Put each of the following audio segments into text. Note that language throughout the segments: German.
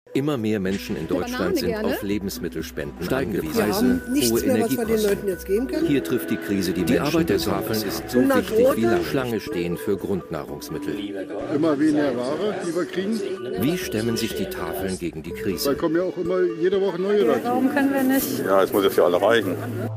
Immer mehr Menschen in Deutschland sind auf Lebensmittelspenden angewiesen. Hohe Energiekosten. Hier trifft die Krise die Arbeit der Tafeln ist so wichtig wie lange Schlange stehen für Grundnahrungsmittel. Immer weniger Ware, die wir kriegen. Wie stemmen sich die Tafeln gegen die Da Krise? kommen ja auch immer jede Woche neue dazu. Warum können wir nicht? Ja, es muss ja für alle reichen.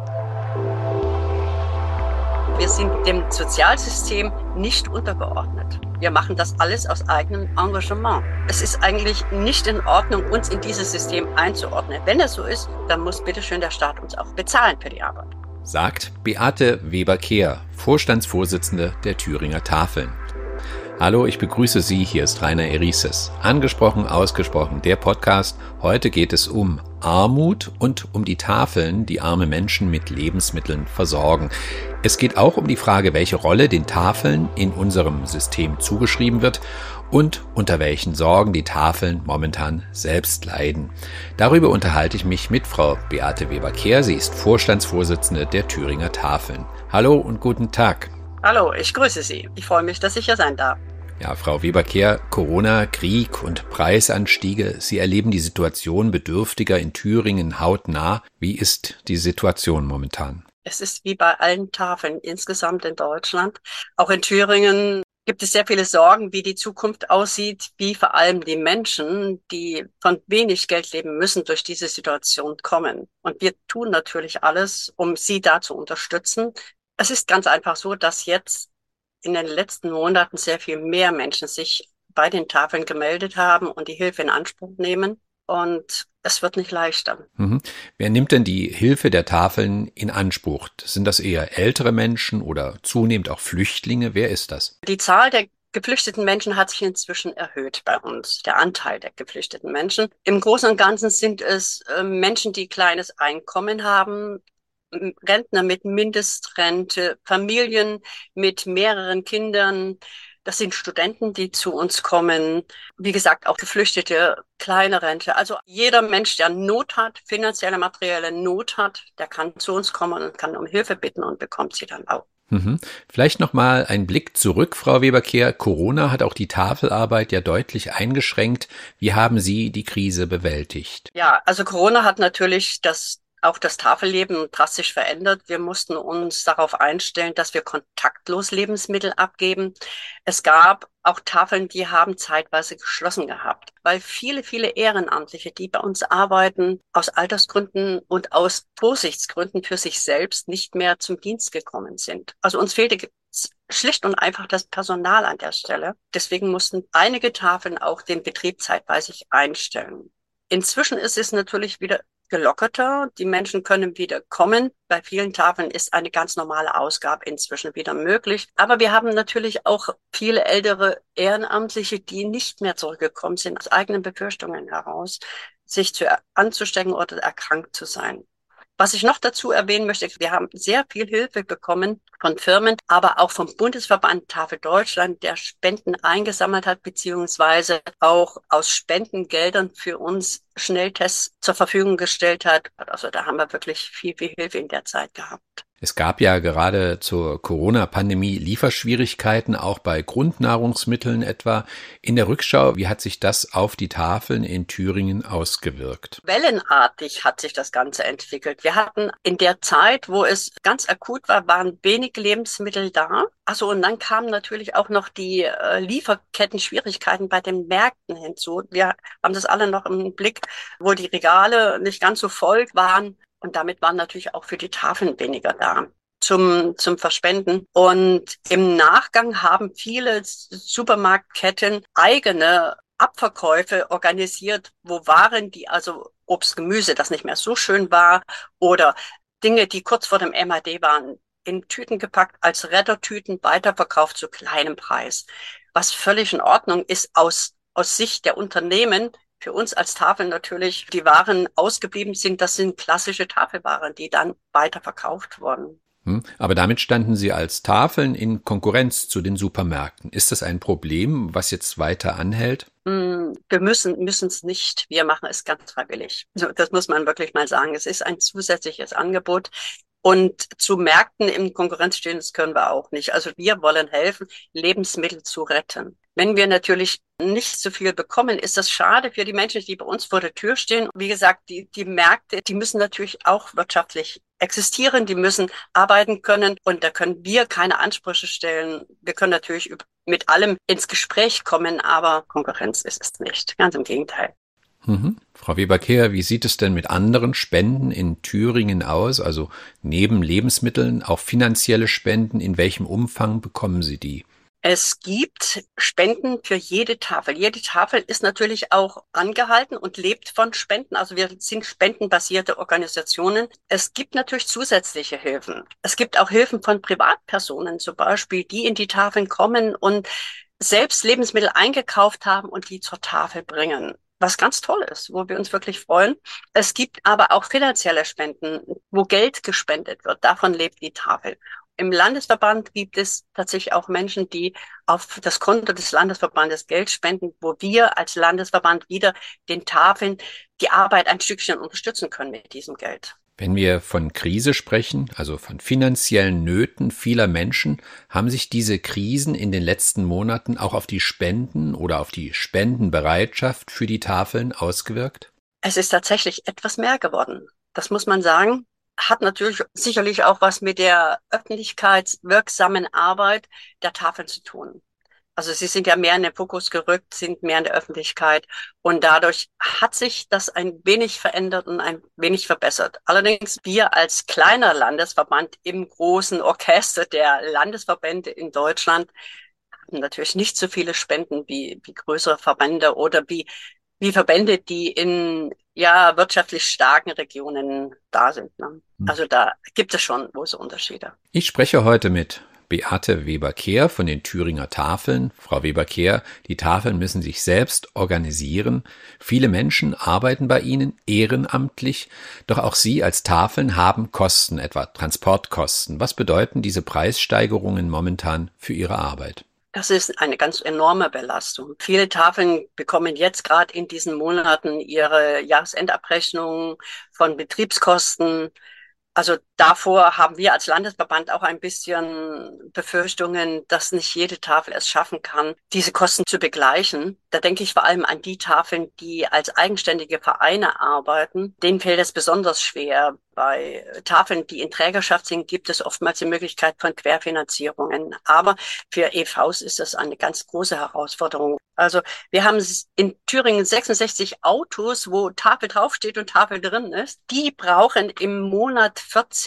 Wir sind dem Sozialsystem nicht untergeordnet. Wir machen das alles aus eigenem Engagement. Es ist eigentlich nicht in Ordnung, uns in dieses System einzuordnen. Wenn das so ist, dann muss bitteschön der Staat uns auch bezahlen für die Arbeit. Sagt Beate Weber-Kehr, Vorstandsvorsitzende der Thüringer Tafeln. Hallo, ich begrüße Sie, hier ist Rainer Erices. Angesprochen, ausgesprochen, der Podcast. Heute geht es um Armut und um die Tafeln, die arme Menschen mit Lebensmitteln versorgen. Es geht auch um die Frage, welche Rolle den Tafeln in unserem System zugeschrieben wird und unter welchen Sorgen die Tafeln momentan selbst leiden. Darüber unterhalte ich mich mit Frau Beate Weber-Kehr. Sie ist Vorstandsvorsitzende der Thüringer Tafeln. Hallo und guten Tag. Hallo, ich grüße Sie. Ich freue mich, dass ich hier sein darf. Ja, Frau Weber-Kehr, Corona, Krieg und Preisanstiege. Sie erleben die Situation Bedürftiger in Thüringen hautnah. Wie ist die Situation momentan? Es ist wie bei allen Tafeln insgesamt in Deutschland. Auch in Thüringen gibt es sehr viele Sorgen, wie die Zukunft aussieht, wie vor allem die Menschen, die von wenig Geld leben müssen, durch diese Situation kommen. Und wir tun natürlich alles, um sie da zu unterstützen. Es ist ganz einfach so, dass jetzt in den letzten Monaten sehr viel mehr Menschen sich bei den Tafeln gemeldet haben und die Hilfe in Anspruch nehmen. Und es wird nicht leichter. Wer nimmt denn die Hilfe der Tafeln in Anspruch? Sind das eher ältere Menschen oder zunehmend auch Flüchtlinge? Wer ist das? Die Zahl der geflüchteten Menschen hat sich inzwischen erhöht bei uns, der Anteil der geflüchteten Menschen. Im Großen und Ganzen sind es Menschen, die kleines Einkommen haben, Rentner mit Mindestrente, Familien mit mehreren Kindern. Das sind Studenten, die zu uns kommen. Wie gesagt, auch Geflüchtete, kleine Rente. Also jeder Mensch, der Not hat, finanzielle, materielle Not hat, der kann zu uns kommen und kann um Hilfe bitten und bekommt sie dann auch. Vielleicht nochmal ein Blick zurück, Frau Weber-Kehr. Corona hat auch die Tafelarbeit ja deutlich eingeschränkt. Wie haben Sie die Krise bewältigt? Ja, also Corona hat natürlich auch das Tafelleben drastisch verändert. Wir mussten uns darauf einstellen, dass wir kontaktlos Lebensmittel abgeben. Es gab auch Tafeln, die haben zeitweise geschlossen gehabt, weil viele, viele Ehrenamtliche, die bei uns arbeiten, aus Altersgründen und aus Vorsichtsgründen für sich selbst nicht mehr zum Dienst gekommen sind. Also uns fehlte schlicht und einfach das Personal an der Stelle. Deswegen mussten einige Tafeln auch den Betrieb zeitweise einstellen. Inzwischen ist es natürlich wieder gelockerter. Die Menschen können wieder kommen. Bei vielen Tafeln ist eine ganz normale Ausgabe inzwischen wieder möglich. Aber wir haben natürlich auch viele ältere Ehrenamtliche, die nicht mehr zurückgekommen sind, aus eigenen Befürchtungen heraus, sich anzustecken oder erkrankt zu sein. Was ich noch dazu erwähnen möchte, wir haben sehr viel Hilfe bekommen von Firmen, aber auch vom Bundesverband Tafel Deutschland, der Spenden eingesammelt hat, beziehungsweise auch aus Spendengeldern für uns Schnelltests zur Verfügung gestellt hat. Also da haben wir wirklich viel, viel Hilfe in der Zeit gehabt. Es gab ja gerade zur Corona-Pandemie Lieferschwierigkeiten, auch bei Grundnahrungsmitteln etwa. In der Rückschau, wie hat sich das auf die Tafeln in Thüringen ausgewirkt? Wellenartig hat sich das Ganze entwickelt. Wir hatten in der Zeit, wo es ganz akut war, waren wenig Lebensmittel da. Also und dann kamen natürlich auch noch die Lieferketten-Schwierigkeiten bei den Märkten hinzu. Wir haben das alle noch im Blick, wo die Regale nicht ganz so voll waren. Und damit waren natürlich auch für die Tafeln weniger da zum Verspenden. Und im Nachgang haben viele Supermarktketten eigene Abverkäufe organisiert, wo Waren, die also Obst, Gemüse, das nicht mehr so schön war, oder Dinge, die kurz vor dem MAD waren, in Tüten gepackt, als Rettertüten weiterverkauft zu kleinem Preis. Was völlig in Ordnung ist aus Sicht der Unternehmen. Für uns als Tafel natürlich, die Waren ausgeblieben sind, das sind klassische Tafelwaren, die dann weiterverkauft wurden. Aber damit standen Sie als Tafeln in Konkurrenz zu den Supermärkten. Ist das ein Problem, was jetzt weiter anhält? Wir müssen es nicht. Wir machen es ganz freiwillig. Also das muss man wirklich mal sagen. Es ist ein zusätzliches Angebot. Und zu Märkten in Konkurrenz stehen, das können wir auch nicht. Also wir wollen helfen, Lebensmittel zu retten. Wenn wir natürlich nicht so viel bekommen, ist das schade für die Menschen, die bei uns vor der Tür stehen. Wie gesagt, die Märkte, die müssen natürlich auch wirtschaftlich existieren, die müssen arbeiten können und da können wir keine Ansprüche stellen. Wir können natürlich mit allem ins Gespräch kommen, aber Konkurrenz ist es nicht. Ganz im Gegenteil. Frau Weber-Kehr, wie sieht es denn mit anderen Spenden in Thüringen aus? Also neben Lebensmitteln auch finanzielle Spenden. In welchem Umfang bekommen Sie die? Es gibt Spenden für jede Tafel. Jede Tafel ist natürlich auch angehalten und lebt von Spenden. Also wir sind spendenbasierte Organisationen. Es gibt natürlich zusätzliche Hilfen. Es gibt auch Hilfen von Privatpersonen zum Beispiel, die in die Tafeln kommen und selbst Lebensmittel eingekauft haben und die zur Tafel bringen. Was ganz toll ist, wo wir uns wirklich freuen. Es gibt aber auch finanzielle Spenden, wo Geld gespendet wird. Davon lebt die Tafel. Im Landesverband gibt es tatsächlich auch Menschen, die auf das Konto des Landesverbandes Geld spenden, wo wir als Landesverband wieder den Tafeln die Arbeit ein Stückchen unterstützen können mit diesem Geld. Wenn wir von Krise sprechen, also von finanziellen Nöten vieler Menschen, haben sich diese Krisen in den letzten Monaten auch auf die Spenden oder auf die Spendenbereitschaft für die Tafeln ausgewirkt? Es ist tatsächlich etwas mehr geworden. Das muss man sagen. Hat natürlich sicherlich auch was mit der öffentlichkeitswirksamen Arbeit der Tafeln zu tun. Also sie sind ja mehr in den Fokus gerückt, sind mehr in der Öffentlichkeit und dadurch hat sich das ein wenig verändert und ein wenig verbessert. Allerdings wir als kleiner Landesverband im großen Orchester der Landesverbände in Deutschland haben natürlich nicht so viele Spenden wie größere Verbände oder wie Verbände, die in wirtschaftlich starken Regionen da sind. Ne? Also da gibt es schon große Unterschiede. Ich spreche heute mit Beate Weber-Kehr von den Thüringer Tafeln. Frau Weber-Kehr, die Tafeln müssen sich selbst organisieren. Viele Menschen arbeiten bei Ihnen ehrenamtlich, doch auch Sie als Tafeln haben Kosten, etwa Transportkosten. Was bedeuten diese Preissteigerungen momentan für Ihre Arbeit? Das ist eine ganz enorme Belastung. Viele Tafeln bekommen jetzt gerade in diesen Monaten ihre Jahresendabrechnung von Betriebskosten. Also davor haben wir als Landesverband auch ein bisschen Befürchtungen, dass nicht jede Tafel es schaffen kann, diese Kosten zu begleichen. Da denke ich vor allem an die Tafeln, die als eigenständige Vereine arbeiten. Denen fällt es besonders schwer. Bei Tafeln, die in Trägerschaft sind, gibt es oftmals die Möglichkeit von Querfinanzierungen. Aber für EVs ist das eine ganz große Herausforderung. Also wir haben in Thüringen 66 Autos, wo Tafel draufsteht und Tafel drin ist. Die brauchen im Monat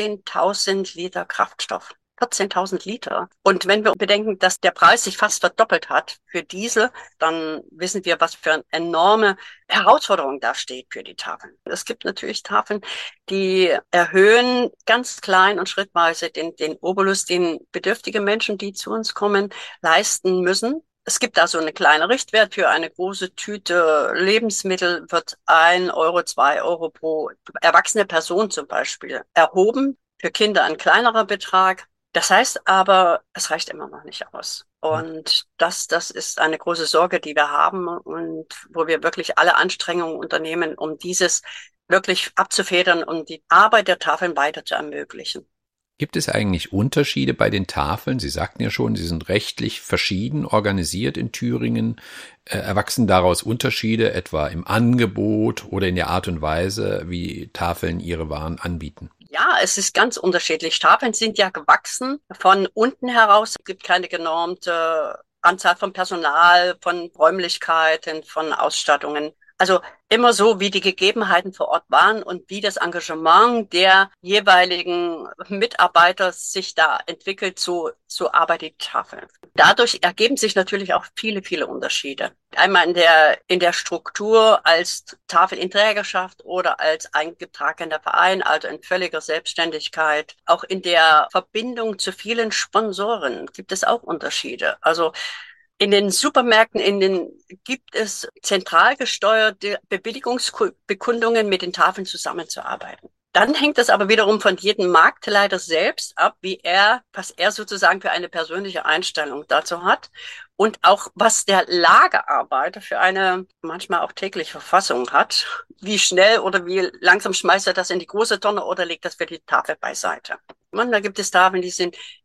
14.000 Liter Kraftstoff. 14.000 Liter. Und wenn wir bedenken, dass der Preis sich fast verdoppelt hat für Diesel, dann wissen wir, was für eine enorme Herausforderung da steht für die Tafeln. Es gibt natürlich Tafeln, die erhöhen ganz klein und schrittweise den Obolus, den bedürftige Menschen, die zu uns kommen, leisten müssen. Es gibt da so eine kleine Richtwert für eine große Tüte Lebensmittel wird 1 Euro, 2 Euro pro erwachsene Person zum Beispiel erhoben. Für Kinder ein kleinerer Betrag. Das heißt aber, es reicht immer noch nicht aus. Und das ist eine große Sorge, die wir haben und wo wir wirklich alle Anstrengungen unternehmen, um dieses wirklich abzufedern und die Arbeit der Tafeln weiter zu ermöglichen. Gibt es eigentlich Unterschiede bei den Tafeln? Sie sagten ja schon, sie sind rechtlich verschieden organisiert in Thüringen. Erwachsen daraus Unterschiede etwa im Angebot oder in der Art und Weise, wie Tafeln ihre Waren anbieten? Ja, es ist ganz unterschiedlich. Tafeln sind ja gewachsen von unten heraus. Es gibt keine genormte Anzahl von Personal, von Räumlichkeiten, von Ausstattungen. Also immer so, wie die Gegebenheiten vor Ort waren und wie das Engagement der jeweiligen Mitarbeiter sich da entwickelt, so arbeitet die Tafel. Dadurch ergeben sich natürlich auch viele, viele Unterschiede. Einmal in der Struktur als Tafel in Trägerschaft oder als eingetragener Verein, also in völliger Selbstständigkeit. Auch in der Verbindung zu vielen Sponsoren gibt es auch Unterschiede. Also in den Supermärkten gibt es zentral gesteuerte Bewilligungsbekundungen, mit den Tafeln zusammenzuarbeiten. Dann hängt es aber wiederum von jedem Marktleiter selbst ab, was er sozusagen für eine persönliche Einstellung dazu hat und auch was der Lagerarbeiter für eine manchmal auch tägliche Verfassung hat. Wie schnell oder wie langsam schmeißt er das in die große Tonne oder legt das für die Tafel beiseite. Manchmal gibt es Tafeln, die sind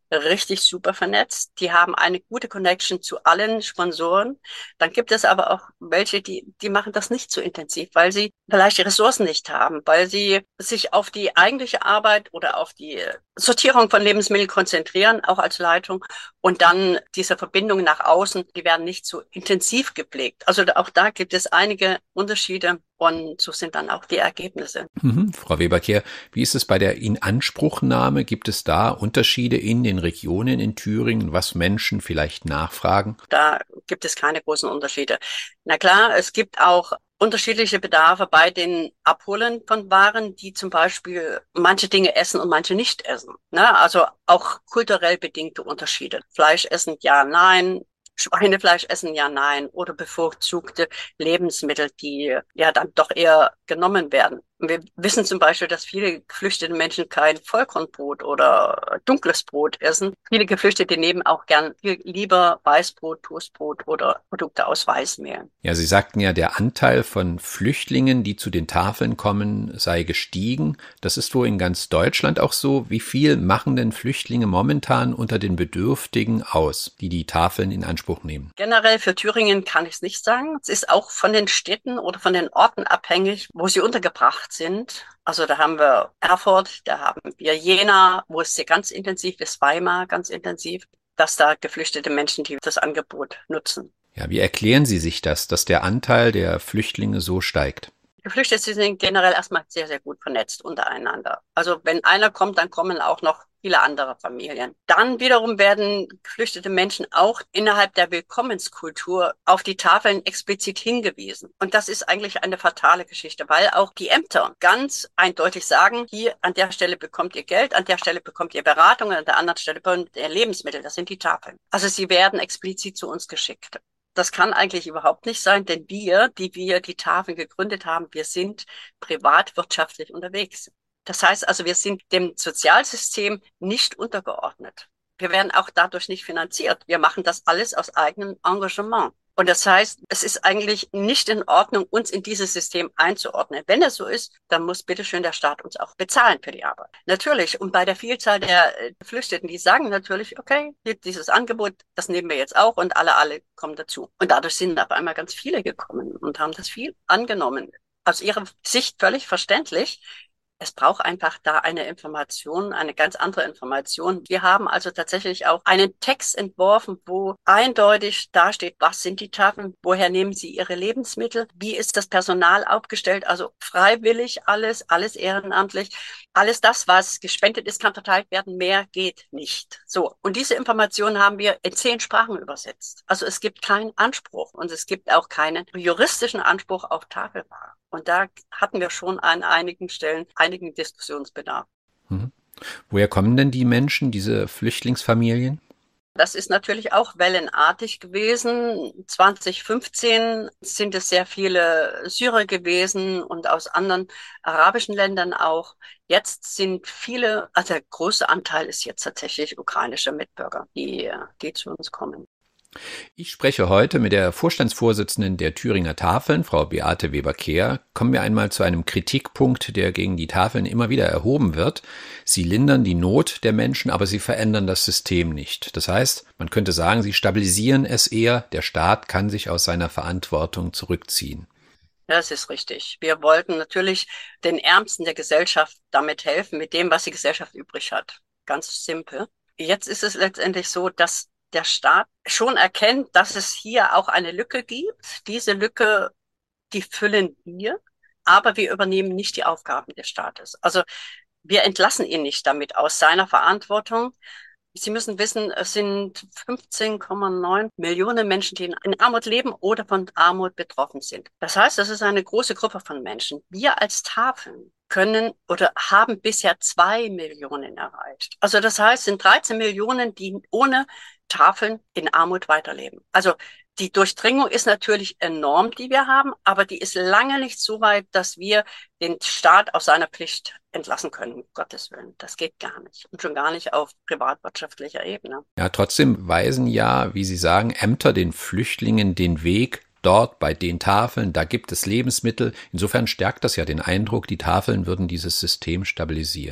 richtig super vernetzt. Die haben eine gute Connection zu allen Sponsoren. Dann gibt es aber auch welche, die machen das nicht so intensiv, weil sie vielleicht die Ressourcen nicht haben, weil sie sich auf die eigentliche Arbeit oder auf die Sortierung von Lebensmitteln konzentrieren, auch als Leitung. Und dann diese Verbindungen nach außen, die werden nicht so intensiv gepflegt. Also auch da gibt es einige Unterschiede. Und so sind dann auch die Ergebnisse. Frau Weber-Kehrer, wie ist es bei der Inanspruchnahme? Gibt es da Unterschiede in den Regionen in Thüringen, was Menschen vielleicht nachfragen? Da gibt es keine großen Unterschiede. Na klar, es gibt auch unterschiedliche Bedarfe bei den Abholern von Waren, die zum Beispiel manche Dinge essen und manche nicht essen. Ne? Also auch kulturell bedingte Unterschiede. Fleisch essen, ja, nein. Schweinefleisch essen, ja, nein, oder bevorzugte Lebensmittel, die ja dann doch eher genommen werden. Wir wissen zum Beispiel, dass viele geflüchtete Menschen kein Vollkornbrot oder dunkles Brot essen. Viele Geflüchtete nehmen auch gern viel lieber Weißbrot, Toastbrot oder Produkte aus Weißmehl. Ja, Sie sagten ja, der Anteil von Flüchtlingen, die zu den Tafeln kommen, sei gestiegen. Das ist wohl in ganz Deutschland auch so. Wie viel machen denn Flüchtlinge momentan unter den Bedürftigen aus, die die Tafeln in Anspruch nehmen? Generell für Thüringen kann ich es nicht sagen. Es ist auch von den Städten oder von den Orten abhängig, wo sie untergebracht sind. Also da haben wir Erfurt, da haben wir Jena, wo es sehr ganz intensiv ist, Weimar ganz intensiv, dass da geflüchtete Menschen, die das Angebot nutzen. Ja, wie erklären Sie sich das, dass der Anteil der Flüchtlinge so steigt? Geflüchtete sind generell erstmal sehr, sehr gut vernetzt untereinander. Also wenn einer kommt, dann kommen auch noch viele andere Familien. Dann wiederum werden geflüchtete Menschen auch innerhalb der Willkommenskultur auf die Tafeln explizit hingewiesen. Und das ist eigentlich eine fatale Geschichte, weil auch die Ämter ganz eindeutig sagen, hier an der Stelle bekommt ihr Geld, an der Stelle bekommt ihr Beratung, an der anderen Stelle bekommt ihr Lebensmittel. Das sind die Tafeln. Also sie werden explizit zu uns geschickt. Das kann eigentlich überhaupt nicht sein, denn wir die Tafeln gegründet haben, wir sind privatwirtschaftlich unterwegs. Das heißt also, wir sind dem Sozialsystem nicht untergeordnet. Wir werden auch dadurch nicht finanziert. Wir machen das alles aus eigenem Engagement. Und das heißt, es ist eigentlich nicht in Ordnung, uns in dieses System einzuordnen. Wenn es so ist, dann muss bitteschön der Staat uns auch bezahlen für die Arbeit. Natürlich. Und bei der Vielzahl der Geflüchteten, die sagen natürlich, okay, dieses Angebot, das nehmen wir jetzt auch und alle kommen dazu. Und dadurch sind auf einmal ganz viele gekommen und haben das viel angenommen. Aus ihrer Sicht völlig verständlich. Es braucht einfach da eine Information, eine ganz andere Information. Wir haben also tatsächlich auch einen Text entworfen, wo eindeutig dasteht, was sind die Tafeln, woher nehmen sie ihre Lebensmittel, wie ist das Personal aufgestellt, also freiwillig alles ehrenamtlich. Alles das, was gespendet ist, kann verteilt werden, mehr geht nicht. So, und diese Informationen haben wir in 10 Sprachen übersetzt. Also es gibt keinen Anspruch und es gibt auch keinen juristischen Anspruch auf Tafelware. Und da hatten wir schon an einigen Stellen einigen Diskussionsbedarf. Woher kommen denn die Menschen, diese Flüchtlingsfamilien? Das ist natürlich auch wellenartig gewesen. 2015 sind es sehr viele Syrer gewesen und aus anderen arabischen Ländern auch. Jetzt sind viele, also der große Anteil ist jetzt tatsächlich ukrainische Mitbürger, die zu uns kommen. Ich spreche heute mit der Vorstandsvorsitzenden der Thüringer Tafeln, Frau Beate Weber-Kehrer. Kommen wir einmal zu einem Kritikpunkt, der gegen die Tafeln immer wieder erhoben wird. Sie lindern die Not der Menschen, aber sie verändern das System nicht. Das heißt, man könnte sagen, sie stabilisieren es eher. Der Staat kann sich aus seiner Verantwortung zurückziehen. Das ist richtig. Wir wollten natürlich den Ärmsten der Gesellschaft damit helfen, mit dem, was die Gesellschaft übrig hat. Ganz simpel. Jetzt ist es letztendlich so, dass der Staat schon erkennt, dass es hier auch eine Lücke gibt. Diese Lücke, die füllen wir, aber wir übernehmen nicht die Aufgaben des Staates. Also wir entlassen ihn nicht damit aus seiner Verantwortung. Sie müssen wissen, es sind 15,9 Millionen Menschen, die in Armut leben oder von Armut betroffen sind. Das heißt, das ist eine große Gruppe von Menschen. Wir als Tafeln können oder haben bisher 2 Millionen erreicht. Also das heißt, es sind 13 Millionen, die ohne Tafeln in Armut weiterleben. Also die Durchdringung ist natürlich enorm, die wir haben, aber die ist lange nicht so weit, dass wir den Staat aus seiner Pflicht entlassen können, um Gottes Willen. Das geht gar nicht. Und schon gar nicht auf privatwirtschaftlicher Ebene. Ja, trotzdem weisen ja, wie Sie sagen, Ämter den Flüchtlingen den Weg. Dort bei den Tafeln, da gibt es Lebensmittel. Insofern stärkt das ja den Eindruck, die Tafeln würden dieses System stabilisieren.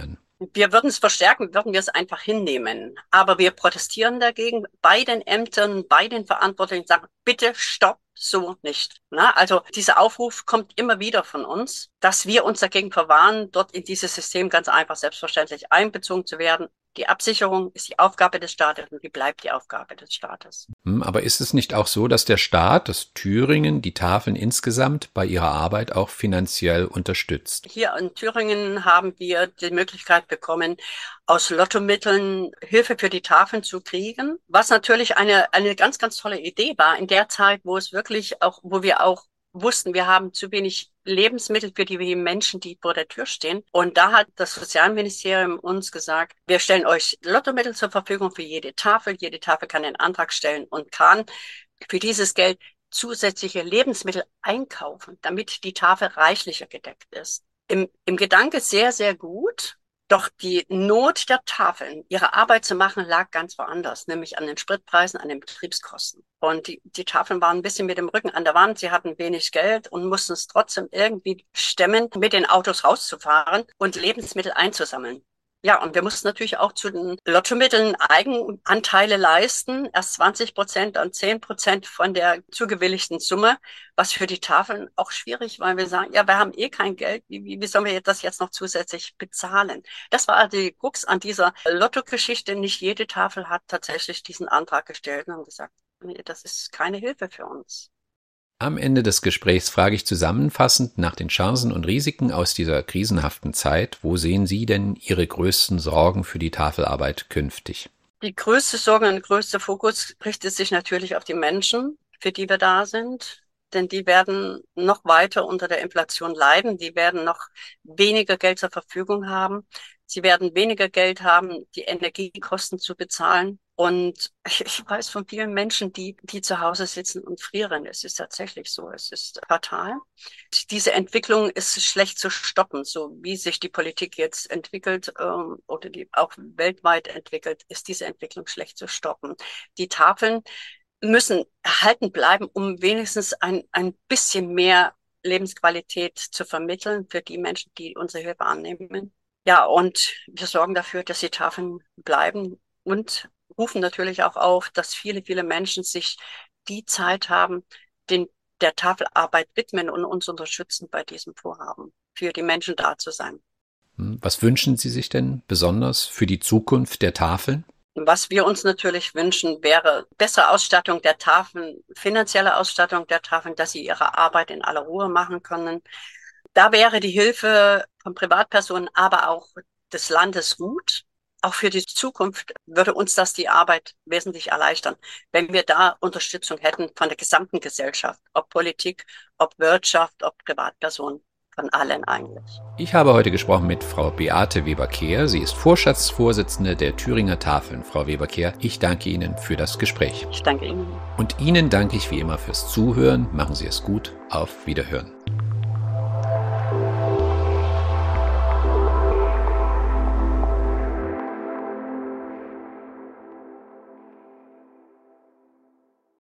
Wir würden es verstärken, würden wir es einfach hinnehmen. Aber wir protestieren dagegen bei den Ämtern, bei den Verantwortlichen, sagen, bitte stopp, so nicht. Na, also dieser Aufruf kommt immer wieder von uns, dass wir uns dagegen verwahren, dort in dieses System ganz einfach selbstverständlich einbezogen zu werden. Die Absicherung ist die Aufgabe des Staates und die bleibt die Aufgabe des Staates. Aber ist es nicht auch so, dass der Staat, das Thüringen, die Tafeln insgesamt bei ihrer Arbeit auch finanziell unterstützt? Hier in Thüringen haben wir die Möglichkeit bekommen, aus Lottomitteln Hilfe für die Tafeln zu kriegen, was natürlich eine ganz, ganz tolle Idee war in der Zeit, wo es wirklich auch, wo wir auch wussten, wir haben zu wenig Lebensmittel für die Menschen, die vor der Tür stehen. Und da hat das Sozialministerium uns gesagt, wir stellen euch Lottomittel zur Verfügung für jede Tafel. Jede Tafel kann einen Antrag stellen und kann für dieses Geld zusätzliche Lebensmittel einkaufen, damit die Tafel reichlicher gedeckt ist. Im Gedanke sehr, sehr gut. Doch die Not der Tafeln, ihre Arbeit zu machen, lag ganz woanders, nämlich an den Spritpreisen, an den Betriebskosten. Und die Tafeln waren ein bisschen mit dem Rücken an der Wand. Sie hatten wenig Geld und mussten es trotzdem irgendwie stemmen, mit den Autos rauszufahren und Lebensmittel einzusammeln. Ja, und wir mussten natürlich auch zu den Lottomitteln Eigenanteile leisten. Erst 20%, dann 10% von der zugewilligten Summe, was für die Tafeln auch schwierig war, weil wir sagen, ja, wir haben eh kein Geld. Wie sollen wir das jetzt noch zusätzlich bezahlen? Das war die Krux an dieser Lotto-Geschichte. Nicht jede Tafel hat tatsächlich diesen Antrag gestellt und haben gesagt, nee, das ist keine Hilfe für uns. Am Ende des Gesprächs frage ich zusammenfassend nach den Chancen und Risiken aus dieser krisenhaften Zeit. Wo sehen Sie denn Ihre größten Sorgen für die Tafelarbeit künftig? Die größte Sorge und größte Fokus richtet sich natürlich auf die Menschen, für die wir da sind. Denn die werden noch weiter unter der Inflation leiden. Die werden noch weniger Geld zur Verfügung haben. Sie werden weniger Geld haben, die Energiekosten zu bezahlen. Und ich weiß von vielen Menschen, die zu Hause sitzen und frieren. Es ist tatsächlich so. Es ist fatal. Diese Entwicklung ist schlecht zu stoppen. So wie sich die Politik jetzt entwickelt oder die auch weltweit entwickelt, ist diese Entwicklung schlecht zu stoppen. Die Tafeln müssen erhalten bleiben, um wenigstens ein bisschen mehr Lebensqualität zu vermitteln für die Menschen, die unsere Hilfe annehmen. Ja, und wir sorgen dafür, dass die Tafeln bleiben und rufen natürlich auch auf, dass viele, viele Menschen sich die Zeit haben, der Tafelarbeit widmen und uns unterstützen bei diesem Vorhaben, für die Menschen da zu sein. Was wünschen Sie sich denn besonders für die Zukunft der Tafeln? Was wir uns natürlich wünschen, wäre bessere Ausstattung der Tafeln, finanzielle Ausstattung der Tafeln, dass sie ihre Arbeit in aller Ruhe machen können. Da wäre die Hilfe von Privatpersonen, aber auch des Landes gut. Auch für die Zukunft würde uns das die Arbeit wesentlich erleichtern, wenn wir da Unterstützung hätten von der gesamten Gesellschaft, ob Politik, ob Wirtschaft, ob Privatpersonen. Von allen eigentlich. Ich habe heute gesprochen mit Frau Beate Weber-Kehr. Sie ist Vorstandsvorsitzende der Thüringer Tafeln. Frau Weber-Kehr, ich danke Ihnen für das Gespräch. Ich danke Ihnen. Und Ihnen danke ich wie immer fürs Zuhören. Machen Sie es gut. Auf Wiederhören.